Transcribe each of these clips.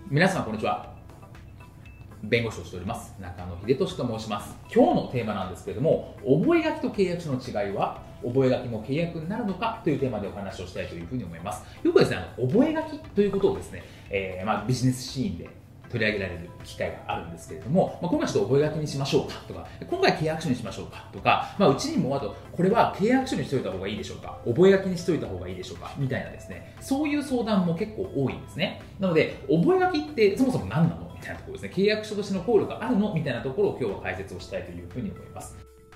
皆さんこんにちは。弁護士をしております中野秀俊と申します。今日のテーマなんですけれども、覚書と契約書の違いは覚書も契約になるのかというテーマでお話をしたいというふうに思います。よくですね、覚書ということをですね、ビジネスシーンで取り上げられる機会があるんですけれども、今回ちょっと覚書にしましょうかとか、今回契約書にしましょうかとか、うちにもあと、これは契約書にしておいた方がいいでしょうか、覚書にしておいた方がいいでしょうかみたいなですね、そういう相談も結構多いんですね。なので、覚書ってそもそも何なのみたいなところですね、契約書としての効力があるのみたいなところを今日は解説をしたいというふうに思います。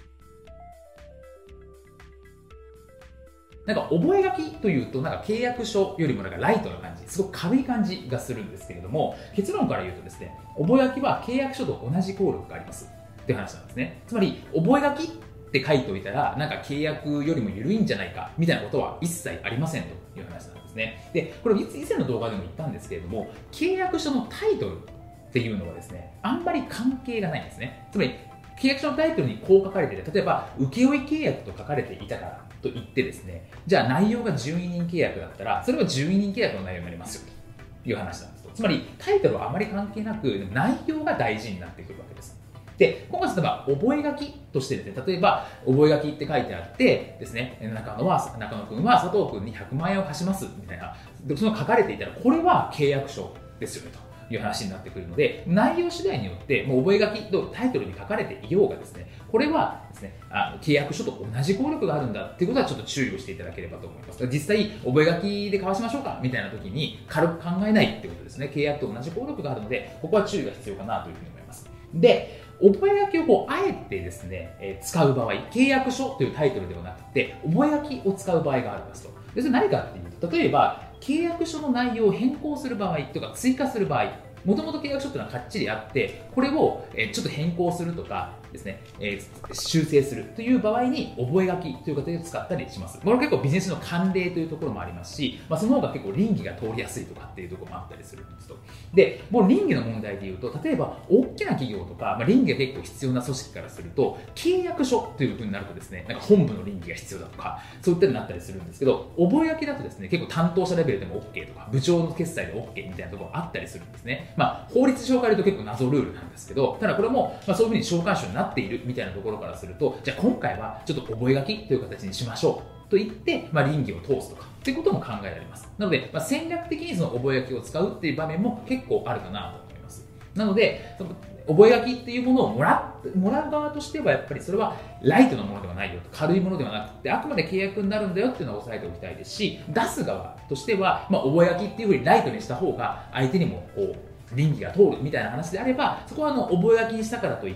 覚書というと契約書よりもライトな感じ、すごく軽い感じがするんですけれども、結論から言うとですね、覚書は契約書と同じ効力がありますっていう話なんですね。つまり覚書って書いておいたら契約よりも緩いんじゃないかみたいなことは一切ありませんという話なんですね。で、これ以前の動画でも言ったんですけれども、契約書のタイトルっていうのはですね、あんまり関係がないんですね。つまり契約書のタイトルにこう書かれていて、例えば請負契約と書かれていたからと言ってですね、じゃあ内容が12人契約だったら、それは12人契約の内容になりますよという話なんですと。つまりタイトルはあまり関係なく内容が大事になってくるわけです。で、今回例えば覚書としてですね、例えば覚書って書いてあってですね、中野君は佐藤君に100万円を貸しますみたいな、その書かれていたら、これは契約書ですよねという話になってくるので、内容次第によってもう覚書とタイトルに書かれていようがですね、これはですね、契約書と同じ効力があるんだっていうことはちょっと注意をしていただければと思います。実際覚書で交わしましょうかみたいな時に軽く考えないってことですね。契約と同じ効力があるので、ここは注意が必要かなというふうに思います。で、覚書をあえてですね、使う場合、契約書というタイトルではなくて覚書を使う場合がありますと。で、それ何かっていうと、例えば契約書の内容を変更する場合とか追加する場合、もともと契約書っていうのはかっちりあって、これをちょっと変更するとかですね、修正するという場合に覚書という形で使ったりします。これは結構ビジネスの慣例というところもありますし、その方が結構倫理が通りやすいとかっていうところもあったりするんですと。で、もう倫理の問題でいうと、例えば大きな企業とか、倫理が結構必要な組織からすると、契約書という風になるとですね、本部の倫理が必要だとか、そういったになったりするんですけど、覚書だとですね、結構担当者レベルでも OK とか、部長の決裁で OK みたいなところがあったりするんですね。法律上から言うと結構謎ルールなんですけど、ただこれもそういうふうに召喚書になっているみたいなところからすると、じゃあ今回はちょっと覚書という形にしましょうと言って、倫理を通すとかっていうことも考えられます。なので、戦略的にその覚書を使うっていう場面も結構あるかなと思います。なので、その覚書っていうものをもらう側としてはやっぱりそれはライトなものではないよと、軽いものではなくてあくまで契約になるんだよっていうのを押さえておきたいですし、出す側としては、覚書っていうふうにライトにした方が相手にも倫理が通るみたいな話であれば、そこは覚書にしたからといって、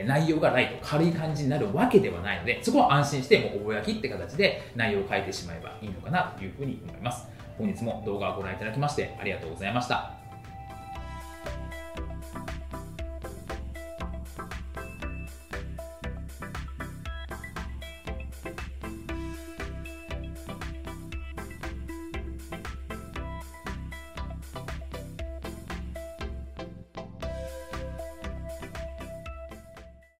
内容がライト軽い感じになるわけではないので、そこは安心してもう覚書って形で内容を変えてしまえばいいのかなというふうに思います。本日も動画をご覧いただきましてありがとうございました。